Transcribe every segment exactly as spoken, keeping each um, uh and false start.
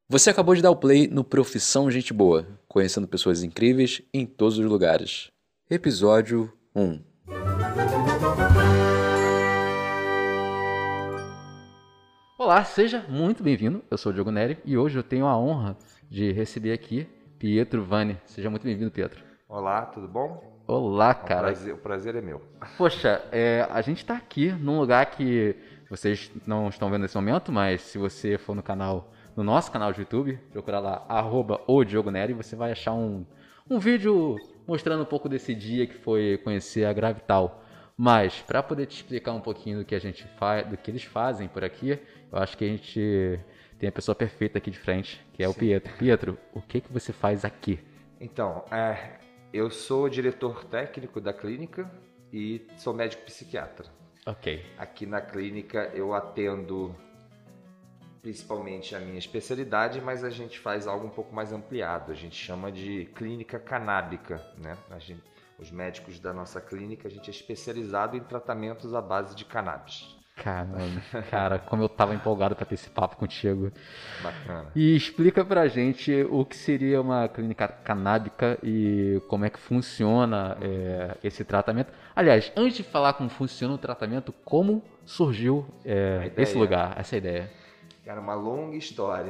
Você acabou de dar o play no Profissão Gente Boa, conhecendo pessoas incríveis em todos os lugares. Episódio um. Olá, seja muito bem-vindo. Eu sou o Diogo Neri e hoje eu tenho a honra de receber aqui Pietro Vanni. Seja muito bem-vindo, Pietro. Olá, tudo bom? Olá, cara. O prazer, o prazer é meu. Poxa, é, a gente tá aqui num lugar que vocês não estão vendo nesse momento, mas se você for no canal, no nosso canal de YouTube, procurar lá, arroba o Diogo Neri, você vai achar um, um vídeo mostrando um pouco desse dia que foi conhecer a Gravital. Mas, para poder te explicar um pouquinho do que a gente faz, do que eles fazem por aqui, eu acho que a gente tem a pessoa perfeita aqui de frente, que é o Pietro. Pietro, o que que você faz aqui? Então, é, eu sou diretor técnico da clínica e sou médico psiquiatra. Ok. Aqui na clínica eu atendo principalmente a minha especialidade, mas a gente faz algo um pouco mais ampliado. A gente chama de clínica canábica, né? A gente, os médicos da nossa clínica, a gente é especializado em tratamentos à base de cannabis. Caramba, cara, como eu tava empolgado para ter esse papo contigo. Bacana. E explica pra gente o que seria uma clínica canábica e como é que funciona é, esse tratamento. Aliás, antes de falar como funciona o tratamento, como surgiu é, esse lugar, essa ideia? Cara, uma longa história.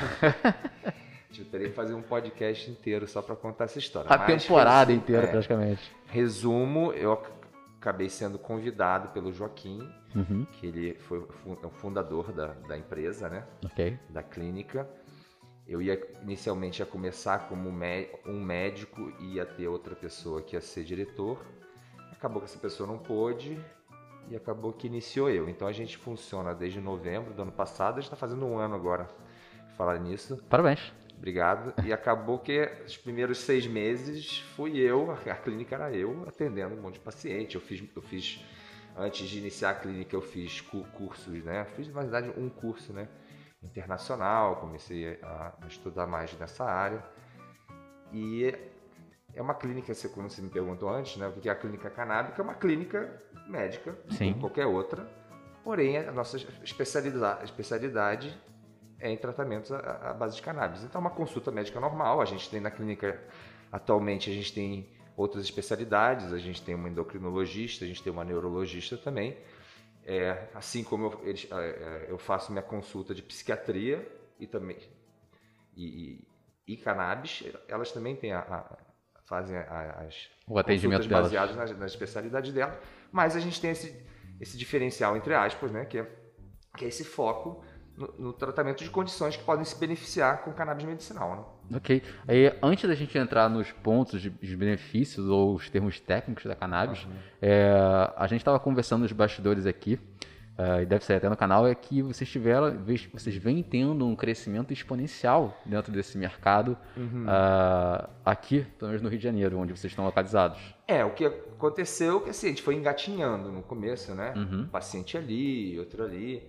Eu teria que fazer um podcast inteiro só para contar essa história. A Mas, temporada resumo, inteira, é, praticamente. Resumo, eu acabei sendo convidado pelo Joaquim, uhum. que ele foi o fundador da, da empresa, né? Ok. Da clínica. Eu ia inicialmente ia começar como um médico e ia ter outra pessoa que ia ser diretor. Acabou que essa pessoa não pôde e acabou que iniciou eu. Então a gente funciona desde novembro do ano passado. A gente está fazendo um ano agora falar nisso. Parabéns. Obrigado. E acabou que os primeiros seis meses fui eu, a clínica era eu, atendendo um monte de paciente. Eu fiz, eu fiz antes de iniciar a clínica, eu fiz cursos, né? Fiz, na verdade, um curso, né? internacional, comecei a estudar mais nessa área. E é uma clínica, como você me perguntou antes, né? O que é a clínica canábica? É uma clínica médica, Sim. como qualquer outra. Porém, a nossa especialidade, especialidade é em tratamentos à, à base de cannabis. Então, é uma consulta médica normal. A gente tem na clínica, atualmente, a gente tem outras especialidades. A gente tem uma endocrinologista, a gente tem uma neurologista também. É, assim como eu, eles, eu faço minha consulta de psiquiatria e também e, e, e cannabis, elas também têm a, a, fazem as o atendimento delas baseadas na, na especialidade dela. Mas a gente tem esse, esse diferencial, entre aspas, né, que, é, que é esse foco No, no tratamento de condições que podem se beneficiar com cannabis medicinal, né? Ok. Aí, antes da gente entrar nos pontos de, de benefícios ou os termos técnicos da cannabis, uhum. é, a gente estava conversando nos bastidores aqui, uh, e deve sair até no canal, é que vocês tiveram, vocês vêm tendo um crescimento exponencial dentro desse mercado, uhum. uh, aqui, pelo menos no Rio de Janeiro, onde vocês estão localizados. É, o que aconteceu é que assim, a gente foi engatinhando no começo, né? Uhum. Um paciente ali, outro ali.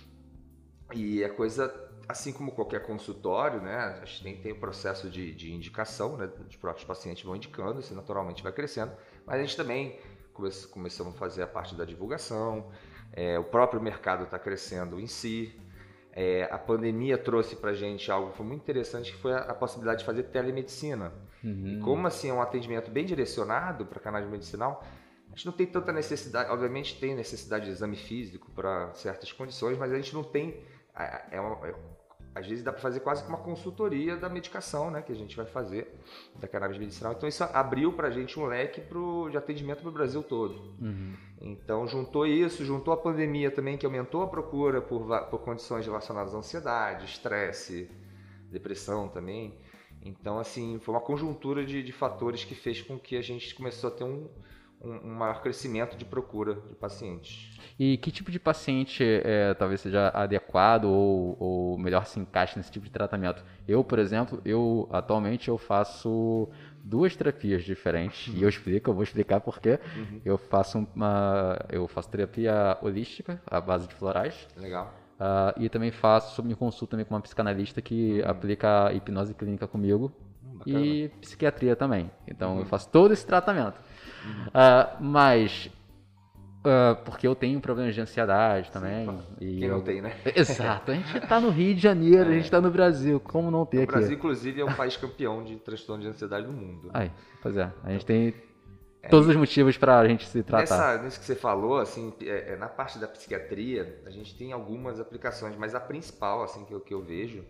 E a coisa, assim como qualquer consultório, né, a gente tem, tem o processo de, de indicação, né, os próprios pacientes vão indicando, isso naturalmente vai crescendo, mas a gente também come, começamos a fazer a parte da divulgação, é, o próprio mercado está crescendo em si, é, a pandemia trouxe para a gente algo que foi muito interessante, que foi a, a possibilidade de fazer telemedicina. Uhum. E como assim é um atendimento bem direcionado para cannabis medicinal, a gente não tem tanta necessidade, obviamente tem necessidade de exame físico para certas condições, mas a gente não tem... É uma, é, às vezes dá para fazer quase que uma consultoria da medicação, né, que a gente vai fazer da cannabis medicinal. Então isso abriu para a gente um leque pro, de atendimento para o Brasil todo. Uhum. Então juntou isso, juntou a pandemia também, que aumentou a procura por, por condições relacionadas à ansiedade, estresse, depressão também. Então assim, foi uma conjuntura de, de fatores que fez com que a gente começou a ter um, um, um maior crescimento de procura de pacientes. E que tipo de paciente é, talvez seja adequado ou, ou melhor se encaixe nesse tipo de tratamento? Eu, por exemplo, eu atualmente eu faço duas terapias diferentes, uhum. e eu explico, eu vou explicar porque uhum. eu faço uma, eu faço terapia holística à base de florais. Legal. Uh, e também faço, me consulto também com uma psicanalista que uhum. aplica hipnose clínica comigo. Hum, e psiquiatria também. Então uhum. eu faço todo esse tratamento. Uhum. Uh, mas Uh, porque eu tenho problemas de ansiedade também. Sim, e quem não eu... tem, né? Exato, a gente tá no Rio de Janeiro, é. a gente tá no Brasil, como não ter o aqui? O Brasil, inclusive, é o país campeão de transtorno de ansiedade do mundo. Aí, pois é, a gente tem todos é, os motivos pra gente se tratar. Nessa, nisso que você falou, assim, é, é, na parte da psiquiatria, a gente tem algumas aplicações, mas a principal, assim, que eu, que eu vejo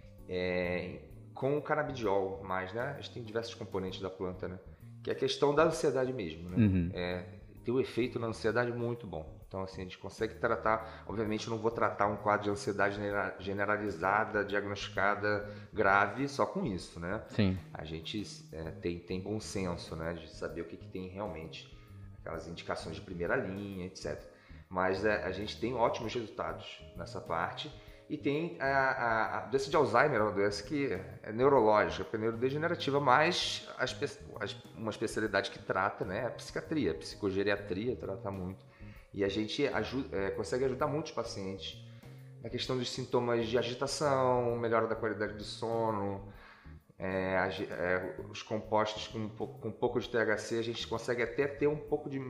é com o canabidiol mais, né? A gente tem diversos componentes da planta, né? Que é a questão da ansiedade mesmo, né? Uhum. É, tem um efeito na ansiedade muito bom. Então, assim, a gente consegue tratar... Obviamente, eu não vou tratar um quadro de ansiedade generalizada, diagnosticada, grave, só com isso, né? Sim. A gente é, tem, tem bom senso, né? De saber o que, que tem realmente, aquelas indicações de primeira linha, etcétera. Mas é, a gente tem ótimos resultados nessa parte. E tem a, a, a doença de Alzheimer, é uma doença que é neurológica, é neurodegenerativa, mas as, as, uma especialidade que trata, né, é a psiquiatria, a psicogeriatria trata muito. E a gente ajuda, é, consegue ajudar muitos pacientes na questão dos sintomas de agitação, melhora da qualidade do sono, é, é, os compostos com um, pouco, com um pouco de T H C, a gente consegue até ter um pouco de,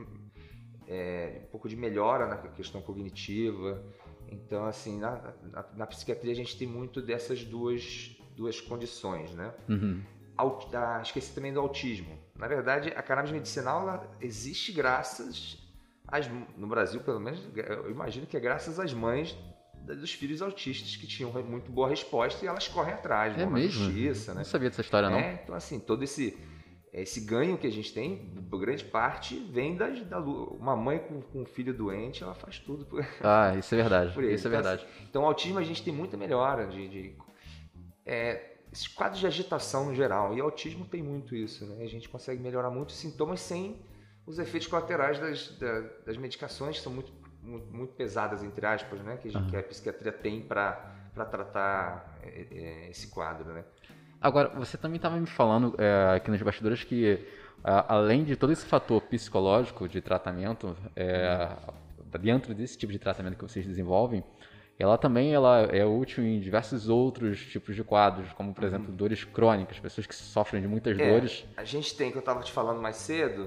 é, um pouco de melhora na questão cognitiva. Então, assim, na, na, na psiquiatria a gente tem muito dessas duas, duas condições, né? Uhum. Aut, ah, esqueci também do autismo. Na verdade, a cannabis medicinal ela existe graças às... No Brasil, pelo menos, eu imagino que é graças às mães dos filhos autistas que tinham muito boa resposta e elas correm atrás, é vão mesmo? na justiça, né? Não sabia dessa história, não. É, então, assim, todo esse... Esse ganho que a gente tem, grande parte, vem das, da uma mãe com, com um filho doente, ela faz tudo por... Ah, isso é verdade. por ele. Isso é então, verdade. Assim, então, o autismo a gente tem muita melhora de, de é, esses quadros de agitação no geral. E o autismo tem muito isso, né? A gente consegue melhorar muito os sintomas sem os efeitos colaterais das, das, das medicações, que são muito, muito, muito pesadas, entre aspas, né? Que a, gente, uhum. que a psiquiatria tem para tratar é, é, esse quadro, né? Agora, você também estava me falando é, aqui nos bastidores que, a, além de todo esse fator psicológico de tratamento, é, dentro desse tipo de tratamento que vocês desenvolvem, ela também ela é útil em diversos outros tipos de quadros, como, por exemplo, uhum. dores crônicas, pessoas que sofrem de muitas é, dores. A gente tem, que eu estava te falando mais cedo,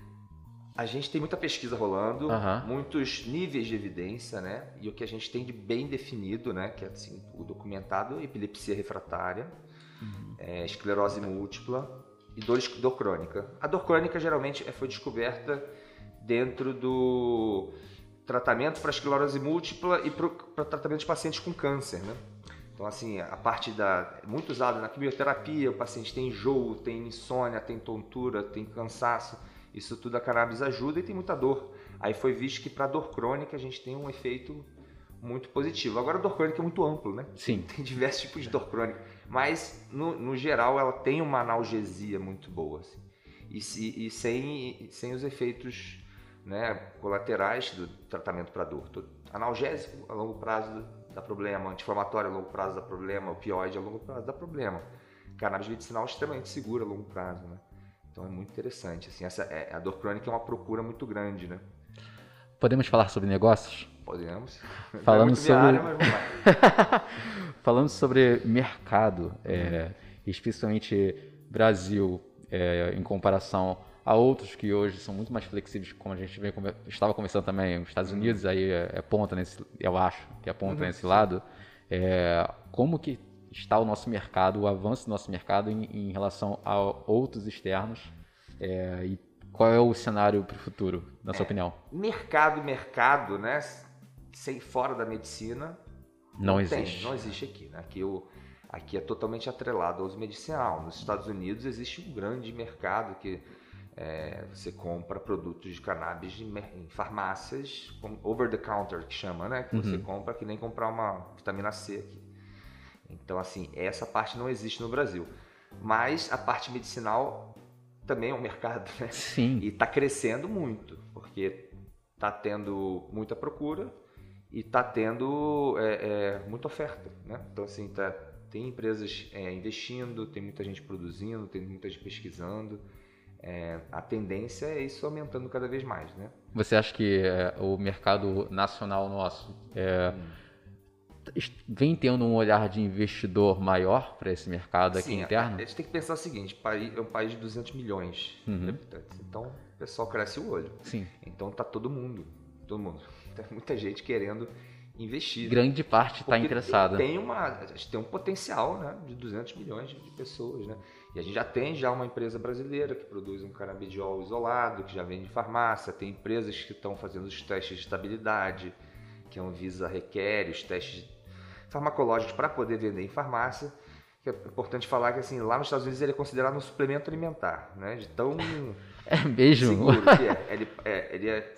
a gente tem muita pesquisa rolando, uhum. muitos níveis de evidência, né? E o que a gente tem de bem definido, né? Que é assim, o documentado, epilepsia refratária, Uhum. É, esclerose múltipla e dor, dor crônica. A dor crônica geralmente foi descoberta dentro do tratamento para esclerose múltipla e para tratamento de pacientes com câncer, né? Então, assim, a parte da muito usada na quimioterapia, o paciente tem enjoo, tem insônia, tem tontura, tem cansaço. Isso tudo a cannabis ajuda e tem muita dor. Aí foi visto que para dor crônica a gente tem um efeito muito positivo. Agora, a dor crônica é muito amplo, né? Sim. Tem diversos tipos de dor crônica. Mas, no, no geral, ela tem uma analgesia muito boa. Assim. E, e, e sem, sem os efeitos, né, colaterais do tratamento para dor. Analgésico a longo prazo dá problema, anti-inflamatório a longo prazo dá problema, opioide a longo prazo dá problema. Cannabis medicinal é extremamente segura a longo prazo, né? Então é muito interessante. Assim, essa, é, a dor crônica é uma procura muito grande, né? Podemos falar sobre negócios? Podemos. Falando é sobre... área, mas vamos lá. Falando sobre mercado, é, especialmente Brasil, é, em comparação a outros que hoje são muito mais flexíveis, como a gente vem, estava conversando também, os Estados Unidos, aí é, é ponta nesse, eu acho que é ponta uhum, nesse sim. lado. É, como que está o nosso mercado, o avanço do nosso mercado em, em relação a outros externos, é, e qual é o cenário para o futuro, na sua é, opinião? Mercado, mercado, né? Sem fora da medicina, não, não existe. Tem, não existe aqui, né? Aqui, o, aqui é totalmente atrelado ao uso medicinal. Nos Estados Unidos existe um grande mercado que é, você compra produtos de cannabis em, em farmácias, over the counter que chama, né? Que uhum. você compra que nem comprar uma vitamina C aqui. Então, assim, essa parte não existe no Brasil. Mas a parte medicinal também é um mercado, né? Sim. E está crescendo muito, porque está tendo muita procura e está tendo é, é, muita oferta, né? Então, assim, tá, tem empresas é, investindo, tem muita gente produzindo, tem muita gente pesquisando. É, a tendência é isso aumentando cada vez mais, né? Você acha que é, o mercado nacional nosso é, hum. vem tendo um olhar de investidor maior para esse mercado aqui Sim, interno? A, a gente tem que pensar o seguinte, é um país de duzentos milhões uhum. de habitantes, então o pessoal cresce o olho. Sim. Então tá todo mundo todo mundo. Tem muita gente querendo investir. Grande parte está interessada. Tem, uma, a gente tem um potencial, né, de duzentos milhões de pessoas, né? E a gente já tem já uma empresa brasileira que produz um canabidiol isolado, que já vende em farmácia. Tem empresas que estão fazendo os testes de estabilidade, que a Anvisa requer, os testes farmacológicos para poder vender em farmácia. Que é importante falar que assim, lá nos Estados Unidos ele é considerado um suplemento alimentar, né? De tão é mesmo? seguro que é. Ele é, ele é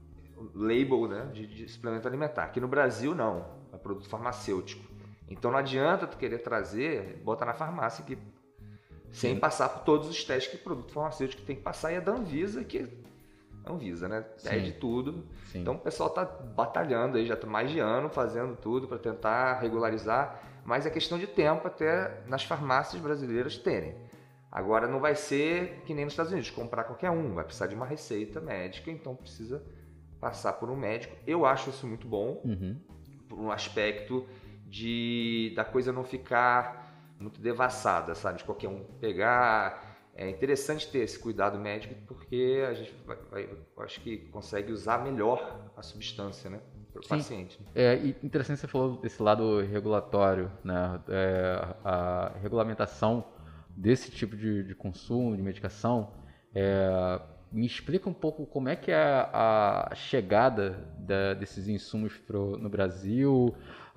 label, né, de, de suplemento alimentar. Aqui no Brasil não, é produto farmacêutico. Então não adianta tu querer trazer, botar na farmácia que sem Sim. passar por todos os testes que o produto farmacêutico tem que passar, e é da Anvisa, que a Anvisa, né, pede tudo. Sim. Então o pessoal está batalhando aí, já está mais de ano fazendo tudo para tentar regularizar, mas é questão de tempo até nas farmácias brasileiras terem. Agora não vai ser que nem nos Estados Unidos, comprar qualquer um, vai precisar de uma receita médica, então precisa passar por um médico. Eu acho isso muito bom, uhum. por um aspecto de da coisa não ficar muito devassada, sabe? De qualquer um pegar. É interessante ter esse cuidado médico, porque a gente vai, vai, acho que consegue usar melhor a substância, né? Para o paciente. É, e interessante você falou desse lado regulatório, né? É, a regulamentação desse tipo de, de consumo, de medicação. É, me explica um pouco como é que é a, a chegada da, desses insumos pro, no Brasil,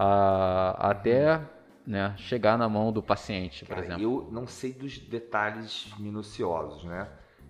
a, até né, chegar na mão do paciente, por Cara, exemplo. Eu não sei dos detalhes minuciosos, né?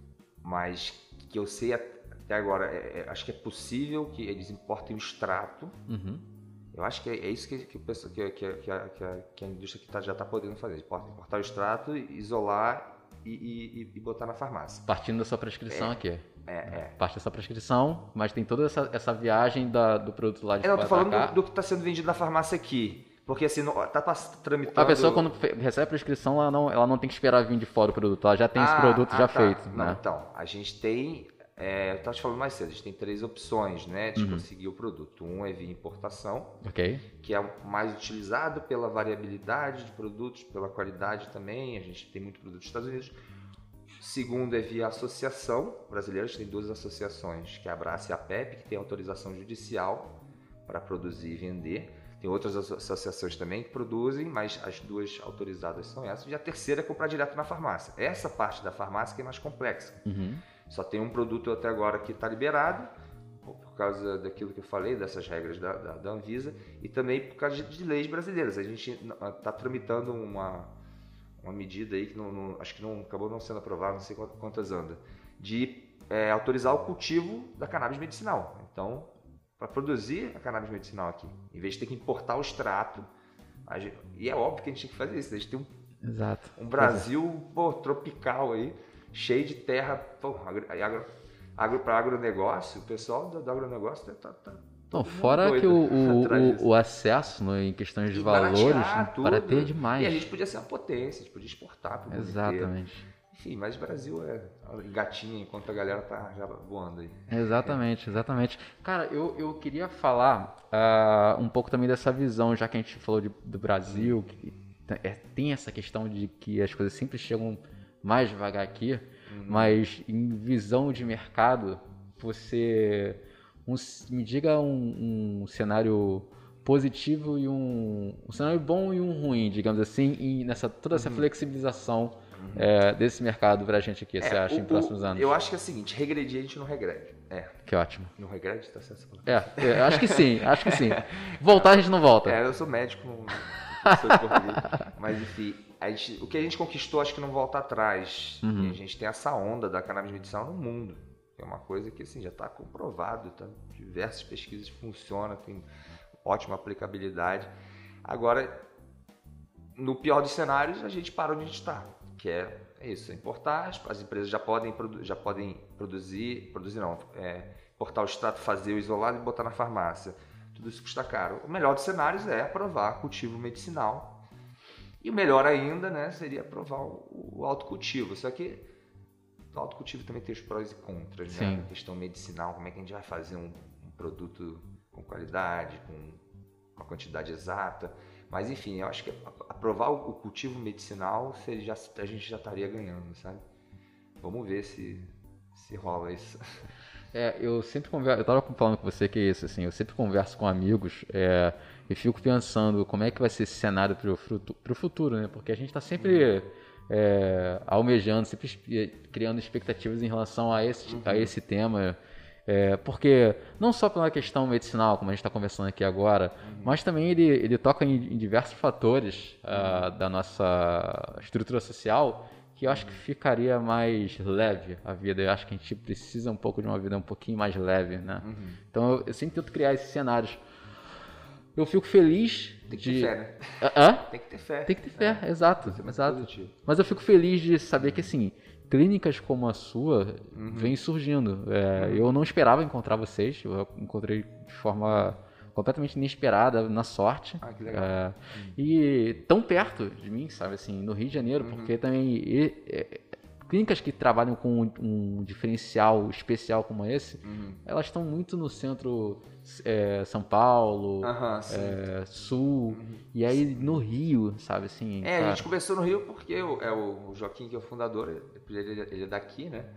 Mas que eu sei até agora, é, é, acho que é possível que eles importem o extrato. Uhum. Eu acho que é, é isso que, que, que, que, que, a, que, a, que a indústria que tá, já está podendo fazer. Importar o extrato, isolar e, e, e botar na farmácia. Partindo da sua prescrição é, aqui. É, é. Parte da sua prescrição, mas tem toda essa, essa viagem da, do produto lá de fora. Eu não, tô falando do, do que está sendo vendido na farmácia aqui. Porque assim, não, tá tramitando... A pessoa quando recebe a prescrição, ela não, ela não tem que esperar vir de fora o produto, ela já tem ah, esse produto ah, já tá. feito. Não, né? Então, a gente tem, é, eu estava te falando mais cedo, a gente tem três opções, né, de uhum. conseguir o produto. Um é via importação, okay. que é o mais utilizado pela variabilidade de produtos, pela qualidade também, a gente tem muito produto dos Estados Unidos. Segundo é via associação brasileira, a gente tem duas associações, que é a Abraça e a PEP, que tem autorização judicial para produzir e vender. Tem outras associações também que produzem, mas as duas autorizadas são essas. E a terceira é comprar direto na farmácia. Essa parte da farmácia que é mais complexa. Uhum. Só tem um produto até agora que está liberado, por causa daquilo que eu falei, dessas regras da, da, da Anvisa, e também por causa de, de leis brasileiras. A gente está tramitando uma, uma medida aí que não, não, acho que não, acabou não sendo aprovada, não sei quantas anda, de é, autorizar o cultivo da cannabis medicinal. Então, para produzir a cannabis medicinal aqui, em vez de ter que importar o extrato. Gente, e é óbvio que a gente tem que fazer isso. A gente tem um, Exato. um Brasil pô, tropical aí, cheio de terra. Pô, agro, agro, agro, para agronegócio, o pessoal do, do agronegócio está... Tá, Não, fora que o, o, o, o acesso no, em questões de e valores, né, para ter demais. E a gente podia ser uma potência, a gente podia exportar para o mundo Exatamente. Inteiro. Enfim, mas o Brasil é gatinha enquanto a galera tá já voando aí. Exatamente, exatamente. Cara, eu, eu queria falar uh, um pouco também dessa visão, já que a gente falou de, do Brasil, que é, tem essa questão de que as coisas sempre chegam mais devagar aqui, uhum. mas em visão de mercado, você um, me diga um, um cenário positivo e um, um cenário bom e um ruim, digamos assim, e nessa toda essa uhum. flexibilização Uhum. É, desse mercado pra gente aqui, é, você acha, o, em próximos anos? Eu acho que é o seguinte, regredir a gente não regrede. É. Que ótimo. Não regrede, tá certo? É, é, acho que sim, acho que sim. Voltar a gente não volta. É, eu sou médico, não professor de português. Mas enfim, a gente, o que a gente conquistou acho que não volta atrás. Uhum. E a gente tem essa onda da cannabis medicinal no mundo. É uma coisa que assim, já está comprovado, tá? Diversas pesquisas funcionam, tem ótima aplicabilidade. Agora, no pior dos cenários, a gente para onde a gente está. Que é, é isso, é importar, as empresas já podem, já podem produzir, produzir não, é, importar o extrato, fazer o isolado e botar na farmácia. Tudo isso custa caro. O melhor dos cenários é aprovar cultivo medicinal. E o melhor ainda, né, seria aprovar o, o autocultivo. Só que o autocultivo também tem os prós e contras, né? A questão medicinal, como é que a gente vai fazer um, um produto com qualidade, com uma quantidade exata. Mas enfim, eu acho que aprovar o cultivo medicinal já, a gente já estaria ganhando, sabe? Vamos ver se, se rola isso. É, eu sempre converso, eu tava falando com você que é isso, assim, eu sempre converso com amigos é, e fico pensando como é que vai ser esse cenário pro, pro futuro, né? Porque a gente tá sempre é, almejando, sempre criando expectativas em relação a esse, uhum. a esse tema. É, porque não só pela questão medicinal, como a gente está conversando aqui agora, uhum. mas também ele, ele toca em, em diversos fatores uh, uhum. da nossa estrutura social, que eu acho que ficaria mais leve a vida. Eu acho que a gente precisa um pouco de uma vida um pouquinho mais leve, né? Uhum. Então eu, eu sempre tento criar esses cenários. Eu fico feliz Tem que de... ter fé, né? Hã? Tem que ter fé. Tem que ter fé, é, exato. exato. Positivo. Mas eu fico feliz de saber que, assim, clínicas como a sua uhum. vêm surgindo. É, uhum. Eu não esperava encontrar vocês, eu encontrei de forma completamente inesperada, na sorte. Ah, que legal. É, uhum. E tão perto de mim, sabe, assim, no Rio de Janeiro, uhum. porque também e, e, clínicas que trabalham com um, um diferencial especial como esse, uhum. elas estão muito no centro é, São Paulo, uhum, é, Sul, uhum. e aí sim. no Rio, sabe, assim... É, cara... a gente começou no Rio porque o, é o Joaquim, que é o fundador, ele, ele é daqui, né?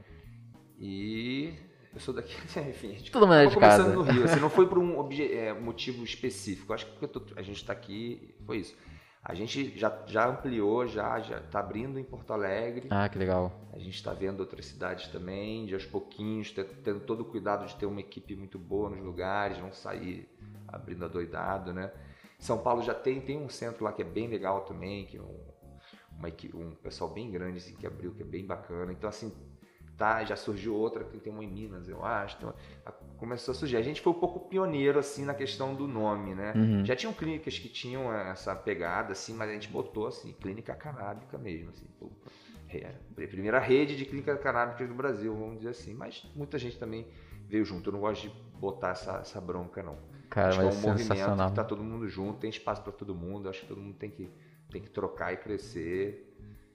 E... Eu sou daqui, enfim, a gente Todo mundo é de começando casa. no Rio, assim, não foi por um obje, é, motivo específico, acho que porque tô, a gente está aqui, foi isso. A gente já, já ampliou, já já está abrindo em Porto Alegre. Ah, que legal. A gente está vendo outras cidades também, de aos pouquinhos, tendo todo o cuidado de ter uma equipe muito boa nos lugares, não sair abrindo adoidado, né? São Paulo já tem, tem um centro lá que é bem legal também, que é um, uma equipe, um pessoal bem grande assim, que abriu, que é bem bacana. Então, assim... Tá, já surgiu outra, que tem uma em Minas, eu acho. Uma, começou a surgir. A gente foi um pouco pioneiro assim na questão do nome, né? Uhum. Já tinham clínicas que tinham essa pegada, assim, mas a gente botou assim, clínica canábica mesmo, assim, pô, é, primeira rede de clínica canábica do Brasil, vamos dizer assim. Mas muita gente também veio junto. Eu não gosto de botar essa, essa bronca, não. Cara, acho que é um movimento sensacional. que tá todo mundo junto, tem espaço para todo mundo. Acho que todo mundo tem que, tem que trocar e crescer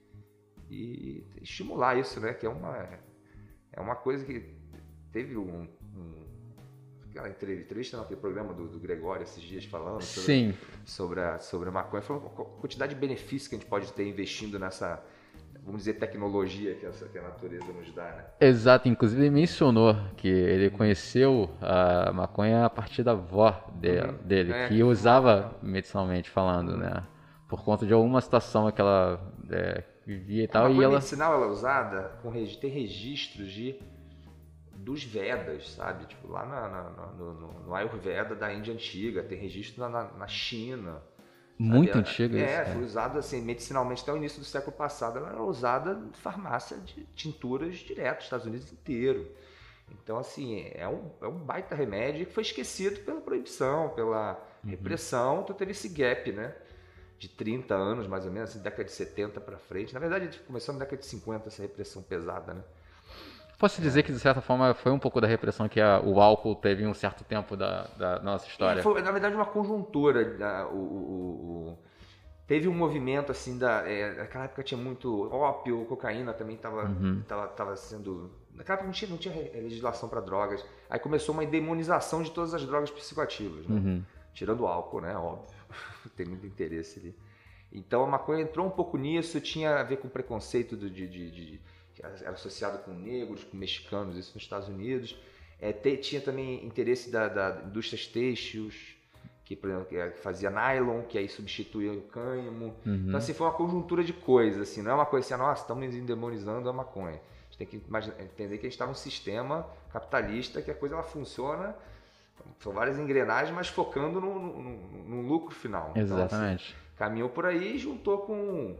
e estimular isso, né? Que é uma É uma coisa que teve um, um aquela entrevista naquele programa do, do Gregório esses dias falando sobre, Sim. sobre, a, sobre a maconha. Foi uma quantidade de benefícios que a gente pode ter investindo nessa, vamos dizer, tecnologia que, essa, que a natureza nos dá, né? Exato, inclusive ele mencionou que ele conheceu a maconha a partir da avó de, uhum. dele, é, que usava medicinalmente falando, uhum. né? Por conta de alguma situação que ela... É, vivia e tal, a e ela... medicinal ela é usada com tem registros de dos Vedas, sabe, tipo lá na, na, no, no, no Ayurveda da Índia antiga, tem registro na, na China, muito sabe? antiga é, isso, é, foi usado assim medicinalmente até o início do século passado. Ela era usada em farmácia de tinturas direto, Estados Unidos inteiro. Então assim é um, é um baita remédio que foi esquecido pela proibição, pela uhum. repressão. Então teve esse gap, né? De trinta anos, mais ou menos, assim, década de setenta para frente. Na verdade, a gente começou na década de cinquenta, essa repressão pesada, né? Posso dizer é. que, de certa forma, foi um pouco da repressão que a, o álcool teve em um certo tempo da, da nossa história? É, foi, na verdade, uma conjuntura. A, o, o, o, teve um movimento, assim, da, é, naquela época tinha muito ópio, cocaína também estava uhum. tava, tava sendo... Naquela época não tinha, não tinha legislação para drogas. Aí começou uma demonização de todas as drogas psicoativas, né? Uhum. Tirando o álcool, né? Óbvio. Tem muito interesse ali. Então a maconha entrou um pouco nisso, tinha a ver com preconceito de, de, de, de era associado com negros, com mexicanos, isso nos Estados Unidos. É, te, tinha também interesse da, da indústrias têxteis, que, por exemplo, que fazia nylon, que aí substituía o cânhamo. Uhum. Então assim, foi uma conjuntura de coisas, assim, não é uma coisa assim, nossa, estamos endemonizando a maconha. A gente tem que imaginar, entender que a gente está num sistema capitalista, que a coisa ela funciona. São várias engrenagens, mas focando no, no, no lucro final. Exatamente. Então, assim, caminhou por aí e juntou com,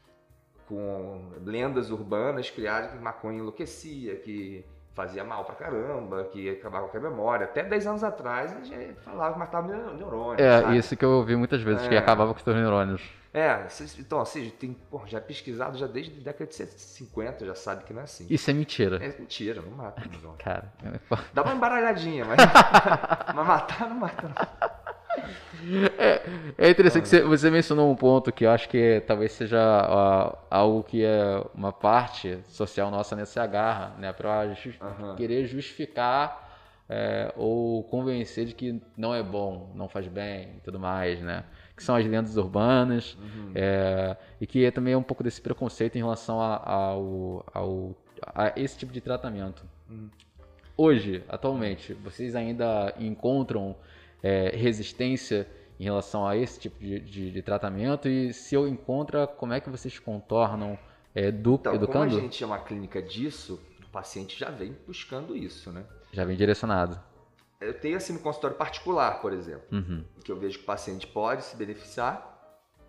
com lendas urbanas criadas que maconha enlouquecia, que fazia mal pra caramba, que acabava com a memória. Até dez anos atrás a gente falava que matava neurônios. É, sabe? Isso que eu ouvi muitas vezes, é. que acabava com os teus neurônios. É, então assim, tem, pô, já é pesquisado já desde a década de cinquenta, já sabe que não é assim. Isso é mentira. É mentira, não mata. Não. Cara, dá uma embaralhadinha, mas, mas matar não mata não. É, é interessante que você, você mencionou um ponto que eu acho que talvez seja uh, algo que é uma parte social nossa nessa se agarra, né, para ju uhum. querer justificar é, ou convencer de que não é bom, não faz bem e tudo mais, né? Que são as lendas urbanas, uhum. é, e que é também um pouco desse preconceito em relação a, ao, ao, a esse tipo de tratamento. Uhum. hoje, atualmente, vocês ainda encontram é, resistência em relação a esse tipo de, de, de tratamento? E se eu encontro, como é que vocês contornam é, edu, então, educando? Como a gente é uma clínica disso, o paciente já vem buscando isso, né? Já vem direcionado. Eu tenho assim no consultório particular, por exemplo, Uhum. que eu vejo que o paciente pode se beneficiar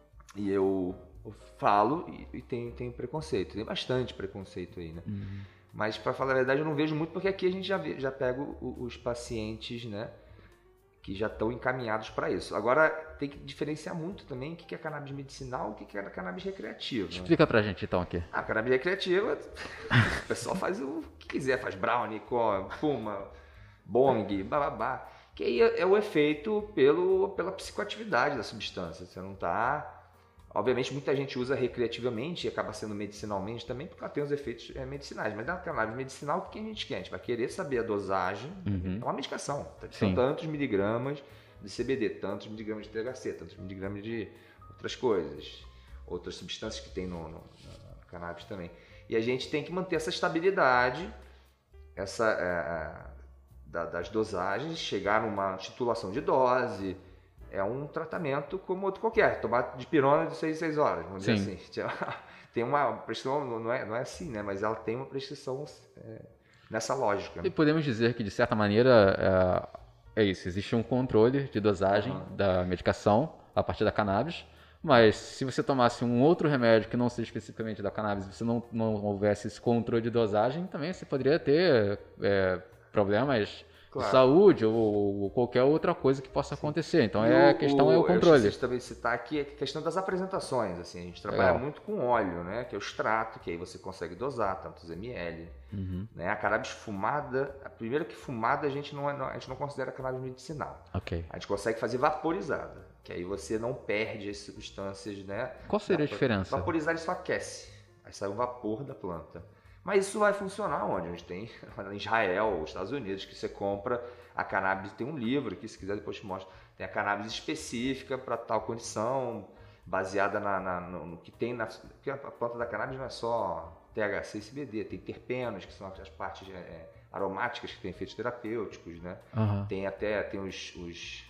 e eu, eu falo e, e tem, tem preconceito, tem bastante preconceito aí, né? Uhum. Mas para falar a verdade eu não vejo muito porque aqui a gente já, vê, já pega o, os pacientes, né, que já estão encaminhados para isso. Agora tem que diferenciar muito também o que é cannabis medicinal e o que é cannabis recreativo. Explica pra gente então aqui. A cannabis recreativa, o pessoal faz o que quiser, faz brownie, come, fuma, bong, bababá. Que aí é o efeito pelo, pela psicoatividade da substância. Você não está... Obviamente, muita gente usa recreativamente e acaba sendo medicinalmente também, porque ela tem os efeitos é, medicinais. Mas na cannabis medicinal, o que a gente quer? A gente vai querer saber a dosagem. Uhum. É uma medicação. São Sim. tantos miligramas de C B D, tantos miligramas de T H C, tantos miligramas de outras coisas. Outras substâncias que tem no, no, no cannabis também. E a gente tem que manter essa estabilidade, essa... É, das dosagens, chegar numa titulação de dose, é um tratamento como outro qualquer, tomar dipirona de seis em seis horas, vamos Sim. dizer assim. Tem uma prescrição, não é, não é assim, né? Mas ela tem uma prescrição é, nessa lógica. E podemos dizer que, de certa maneira, é, é isso, existe um controle de dosagem Uhum. da medicação a partir da cannabis, mas se você tomasse um outro remédio que não seja especificamente da cannabis, se você não, não houvesse esse controle de dosagem, também você poderia ter... É, problemas Claro. de saúde ou, ou qualquer outra coisa que possa acontecer. Então, E é, o, a questão o, é o controle. Eu preciso também citar aqui a questão das apresentações. Assim, a gente trabalha Legal. muito com óleo, né? Que é o extrato, que aí você consegue dosar tantos ml. Uhum. Né? A cannabis fumada, a primeira que fumada a gente não, é, a gente não considera cannabis medicinal. Ok. A gente consegue fazer vaporizada, que aí você não perde as substâncias, né? Qual seria a Da- diferença? Vaporizar isso aquece, aí sai o vapor da planta. Mas isso vai funcionar onde? A gente tem em Israel, Estados Unidos, que você compra a cannabis, tem um livro aqui, se quiser depois te mostro, tem a cannabis específica para tal condição, baseada na, na- no, no que tem na... Porque a planta da cannabis não é só T H C e C B D, tem terpenos, que são as partes é, aromáticas que têm efeitos terapêuticos, né? Uhum. Tem até, tem os... os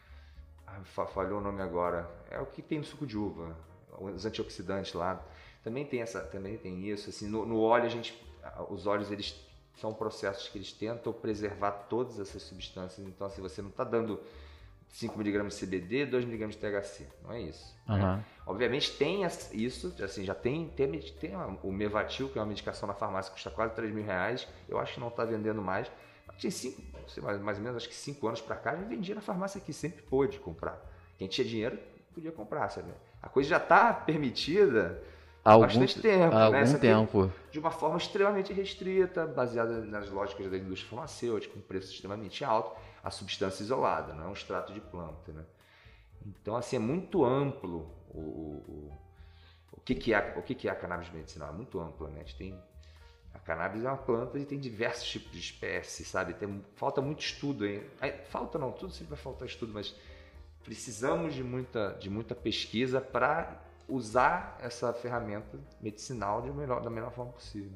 ah, fa- falhou o nome agora, é o que tem no suco de uva, os antioxidantes lá. Também tem essa, também tem isso. Assim, no, no óleo a gente, os óleos eles são processos que eles tentam preservar todas essas substâncias. Então, se assim, você não está dando cinco miligramas de C B D, dois miligramas de T H C, não é isso. Uhum. Né? Obviamente tem isso, assim, já tem, tem, tem o Mevatil, que é uma medicação na farmácia que custa quase três mil reais. Eu acho que não está vendendo mais. Mas tinha cinco, não sei, mais, mais ou menos, acho que cinco anos para cá, já vendia na farmácia aqui, sempre pôde comprar. Quem tinha dinheiro podia comprar, sabe? A coisa já está permitida. Há Algum, bastante tempo, há né? algum Só que tempo. de uma forma extremamente restrita, baseada nas lógicas da indústria farmacêutica, um preço extremamente alto, a substância isolada, não é um extrato de planta, né? Então, assim, é muito amplo o, o, o, que, que, é, o que, que é a cannabis medicinal, é muito amplo, né? A gente tem, a cannabis é uma planta e tem diversos tipos de espécies, sabe? Tem, falta muito estudo aí. Falta não, tudo sempre vai faltar estudo, mas precisamos de muita, de muita pesquisa para usar essa ferramenta medicinal de melhor, da melhor forma possível.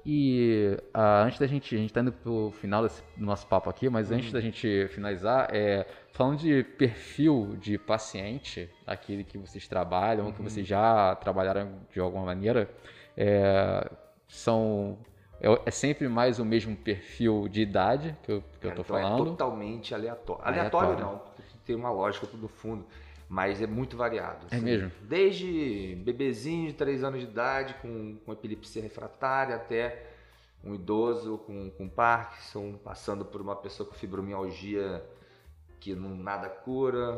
E ah, antes da gente, a gente está indo para o final desse, do nosso papo aqui, mas Uhum. antes da gente finalizar, é, falando de perfil de paciente, aquele que vocês trabalham, Uhum. que vocês já trabalharam de alguma maneira, é, são é, é sempre mais o mesmo perfil de idade que eu, que eu Cara, tô então falando. é totalmente aleatório. Aleatório. Aleatório não, porque tem uma lógica tudo no fundo, mas é muito variado. É mesmo? Desde bebezinho de três anos de idade com, com epilepsia refratária até um idoso com, com Parkinson, passando por uma pessoa com fibromialgia que não nada cura,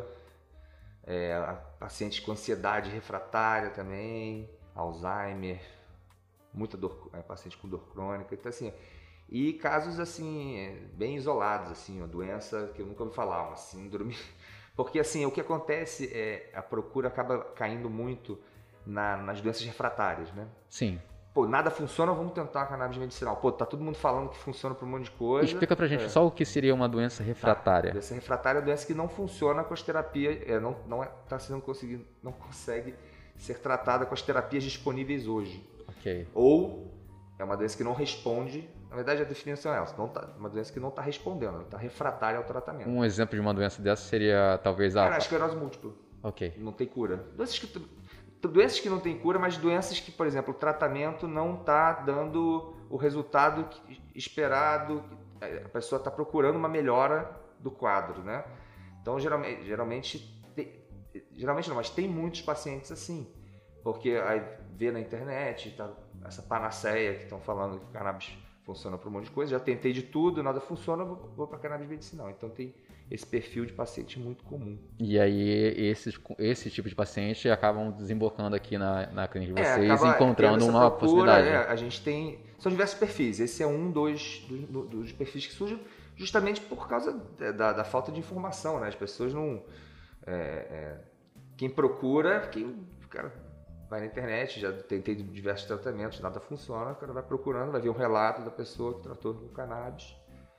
é, a paciente com ansiedade refratária também, Alzheimer, muita dor, é, paciente com dor crônica, então assim, e casos assim bem isolados, assim, uma doença que eu nunca ouvi falar, uma síndrome. Porque assim, o que acontece é a procura acaba caindo muito na, nas doenças refratárias, né? Sim. Pô, nada funciona, vamos tentar a cannabis medicinal. Pô, tá todo mundo falando que funciona para um monte de coisa. Explica pra gente é. só o que seria uma doença refratária. Tá. Doença refratária é uma doença que não funciona com as terapias, é, não, não é, tá sendo conseguido, não consegue ser tratada com as terapias disponíveis hoje. Ok. Ou é uma doença que não responde, na verdade a definição é essa, não tá, uma doença que não está respondendo, ela está refratária ao tratamento. Um exemplo de uma doença dessa seria talvez a... Cara, a esclerose múltipla. Ok. Não tem cura. Doenças que, doenças que não tem cura, mas doenças que, por exemplo, o tratamento não está dando o resultado esperado, a pessoa está procurando uma melhora do quadro, né? Então, geralmente, geralmente, tem, geralmente não, mas tem muitos pacientes assim, porque aí vê na internet, tá, essa panaceia que estão falando que o cannabis funciona para um monte de coisa, já tentei de tudo, nada funciona, vou, vou para cannabis medicinal. Então tem esse perfil de paciente muito comum. E aí esses, esse tipo de paciente acabam desembocando aqui na, na clínica de vocês, é, acaba encontrando uma procura, possibilidade. É, a gente tem, são diversos perfis, esse é um dois dos, dos perfis que surgem justamente por causa da, da falta de informação, né? As pessoas não... É, é, quem procura, quem, cara, vai na internet, já tentei diversos tratamentos, nada funciona, o cara vai procurando, vai ver um relato da pessoa que tratou com cannabis.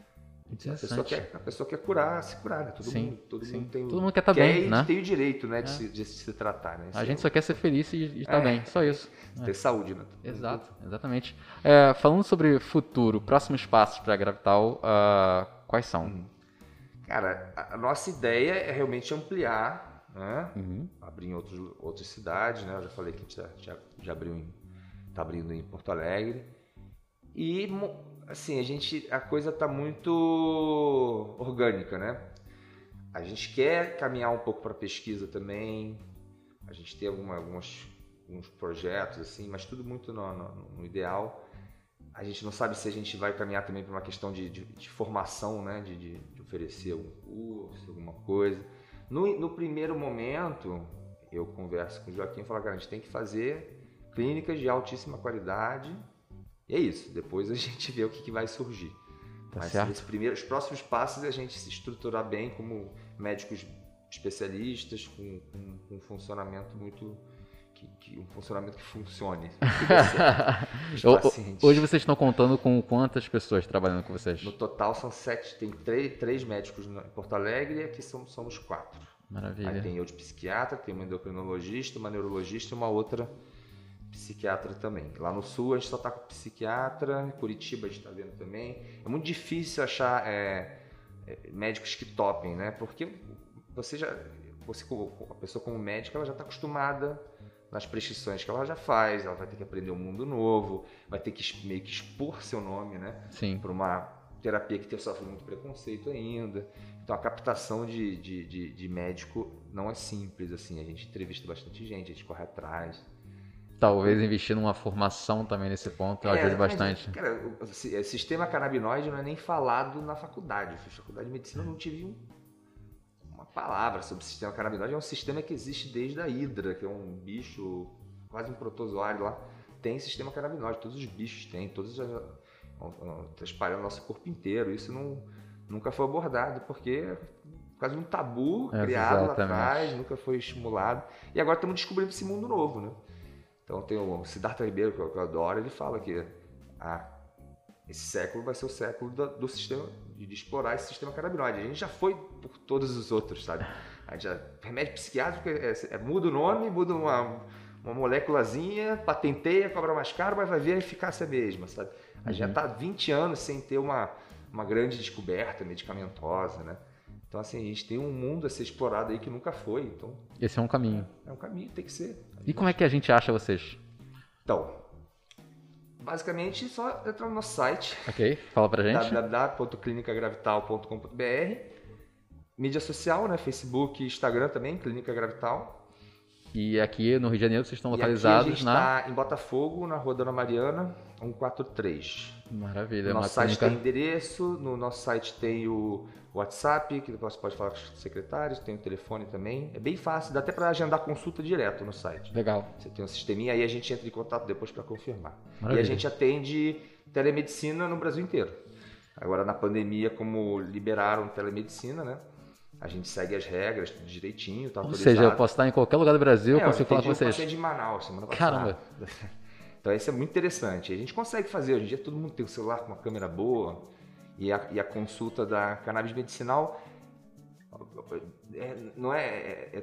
A pessoa, quer, a pessoa quer curar, se curar, né? Todo, sim, mundo, todo sim. mundo tem todo mundo quer estar tá quer bem, e né? tem o direito, né, de, é. se, de se tratar, né? A Esse gente é só quer ser feliz e estar tá é. bem, só isso. Ter é. saúde, né? Exato, exatamente. É, falando sobre futuro, próximos passos para a Gravital, uh, quais são? Hum. Cara, a, a nossa ideia é realmente ampliar, né? Uhum. Abrir em outros, outras cidades, né? Eu já falei que a gente já, já, já abriu em, tá abrindo em Porto Alegre. E, assim, a gente, a coisa tá muito orgânica, né? A gente quer caminhar um pouco para pesquisa também. A gente tem alguma, algumas, alguns projetos, assim, mas tudo muito no, no, no ideal. A gente não sabe se a gente vai caminhar também para uma questão de, de, de formação, né? De, de, de oferecer algum curso, alguma coisa. No, no primeiro momento, eu converso com o Joaquim e falo, cara, a gente tem que fazer clínicas de altíssima qualidade. E é isso. Depois a gente vê o que, que vai surgir. Tá Mas certo. Esse primeiro, os próximos passos é a gente se estruturar bem como médicos especialistas, com, com, com um funcionamento muito... Que, que um funcionamento que funcione. Hoje vocês estão contando com quantas pessoas trabalhando com vocês? No total são sete, tem três, três médicos em Porto Alegre e aqui somos, somos quatro. Maravilha. Aí tem eu de psiquiatra, tem uma endocrinologista, uma neurologista e uma outra psiquiatra também. Lá no sul a gente só está com psiquiatra, Curitiba a gente está vendo também. É muito difícil achar é, é, médicos que topem, né? Porque você já, você, a pessoa como médica, ela já está acostumada nas prescrições que ela já faz, ela vai ter que aprender um mundo novo, vai ter que meio que expor seu nome, né? Sim. Para uma terapia que sofre muito preconceito ainda. Então a captação de, de, de, de médico não é simples, assim, a gente entrevista bastante gente, a gente corre atrás. Talvez investir numa formação também nesse ponto é, ajude bastante. Cara, o sistema canabinoide não é nem falado na faculdade. Eu fiz faculdade de medicina, eu não tive um, uma palavra sobre o sistema canabinoide. É um sistema que existe desde a hidra, que é um bicho, quase um protozoário lá. Tem sistema canabinoide, todos os bichos têm, todos já estão espalhando nosso corpo inteiro. Isso não, nunca foi abordado, porque é quase um tabu é, criado exatamente. lá atrás, nunca foi estimulado. E agora estamos descobrindo esse mundo novo, né? Então tem o Siddhartha Ribeiro, que eu adoro, ele fala que ah, esse século vai ser o século do, do sistema, de, de explorar esse sistema canabinoide. A gente já foi por todos os outros, sabe? A gente já, remédio psiquiátrico é, é, é, muda o nome, muda uma, uma moléculazinha, patenteia, cobra mais caro, mas vai ver a eficácia mesma, sabe? A gente uhum. já está há vinte anos sem ter uma, uma grande descoberta medicamentosa, né? Então, assim, a gente tem um mundo a ser explorado aí que nunca foi. Então, esse é um caminho. É, é um caminho, tem que ser. E como é que a gente acha vocês? Então, basicamente, só entrar no nosso site. Ok, fala pra gente. w w w ponto clinica gravital ponto com ponto b r. Mídia social, né? Facebook e Instagram também, Clínica Gravital. E aqui no Rio de Janeiro vocês estão e localizados aqui a gente na... está em Botafogo, na Rua Dona Mariana, cento e quarenta e três. Maravilha. No nosso site clínica... tem endereço, no nosso site tem o WhatsApp, que você pode falar com os secretários, tem o telefone também. É bem fácil, dá até para agendar consulta direto no site. Legal. Você tem um sisteminha, aí a gente entra em contato depois para confirmar. Maravilha. E a gente atende telemedicina no Brasil inteiro. Agora na pandemia, como liberaram telemedicina, né? A gente segue as regras, tudo direitinho, tá Ou autorizado. seja, eu posso estar em qualquer lugar do Brasil, é, consigo falar com vocês. Eu atendi um paciente de Manaus semana passada. Caramba! Então isso é muito interessante. A gente consegue fazer, hoje em dia todo mundo tem um celular com uma câmera boa e a, e a consulta da cannabis medicinal é, não é, é,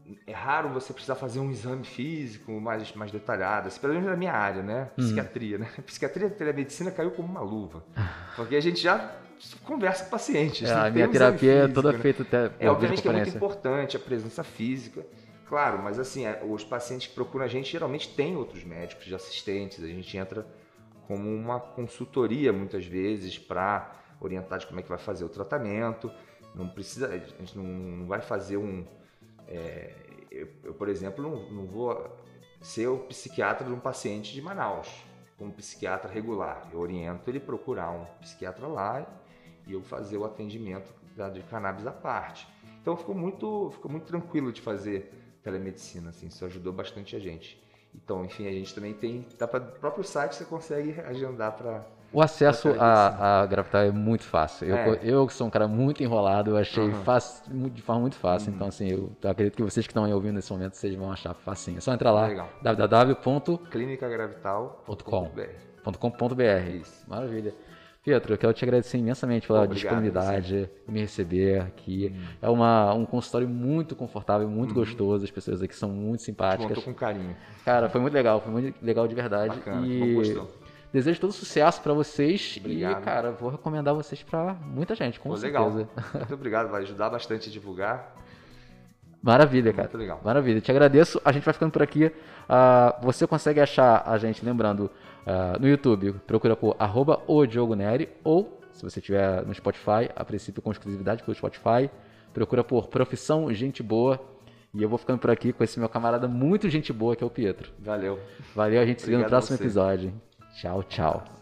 é raro você precisar fazer um exame físico mais, mais detalhado, assim, pelo menos na minha área, né? Psiquiatria, né? Psiquiatria e telemedicina caiu como uma luva, porque a gente já conversa com pacientes. É, né? a Tem minha um terapia exame é físico, toda né? feita até por É, obviamente que é muito videoconferência. importante a presença física, claro, mas assim, é, os pacientes que procuram a gente geralmente têm outros médicos de assistentes, a gente entra como uma consultoria muitas vezes para orientar de como é que vai fazer o tratamento, não precisa, a gente não, não vai fazer um... É, eu, eu, por exemplo, não, não vou ser o psiquiatra de um paciente de Manaus, como psiquiatra regular, eu oriento ele procurar um psiquiatra lá e eu fazer o atendimento de cannabis à parte. Então ficou muito, ficou muito tranquilo de fazer telemedicina, assim, isso ajudou bastante a gente. Então, enfim, a gente também tem, dá para o próprio site você consegue agendar para... O acesso a, a Gravitar é muito fácil. Eu, É. eu que sou um cara muito enrolado, eu achei Uhum. fácil, de forma muito fácil. Uhum. Então, assim, eu acredito que vocês que estão aí ouvindo nesse momento, vocês vão achar facinho. É só entrar lá, Legal. w w w ponto clínica gravital ponto com ponto com ponto b r. Isso. Maravilha. Pietro, eu quero te agradecer imensamente pela Obrigado, disponibilidade em me receber aqui. Hum. É uma, um consultório muito confortável, muito hum. gostoso. As pessoas aqui são muito simpáticas. Montou com carinho. Cara, foi muito legal, foi muito legal de verdade. Bacana, e gostou. Desejo todo sucesso pra vocês. Obrigado. E, cara, vou recomendar vocês pra muita gente, com Pô, certeza. Legal. Muito obrigado, vai ajudar bastante a divulgar. Maravilha, cara. Muito legal. Maravilha. Te agradeço. A gente vai ficando por aqui. Uh, você consegue achar a gente, lembrando, uh, no YouTube, procura por arroba o Diogo Neri, ou, se você estiver no Spotify, a princípio com exclusividade pelo Spotify, procura por Profissão Gente Boa. E eu vou ficando por aqui com esse meu camarada muito gente boa, que é o Pietro. Valeu. Valeu, a gente se vê no próximo você. episódio. Tchau, tchau.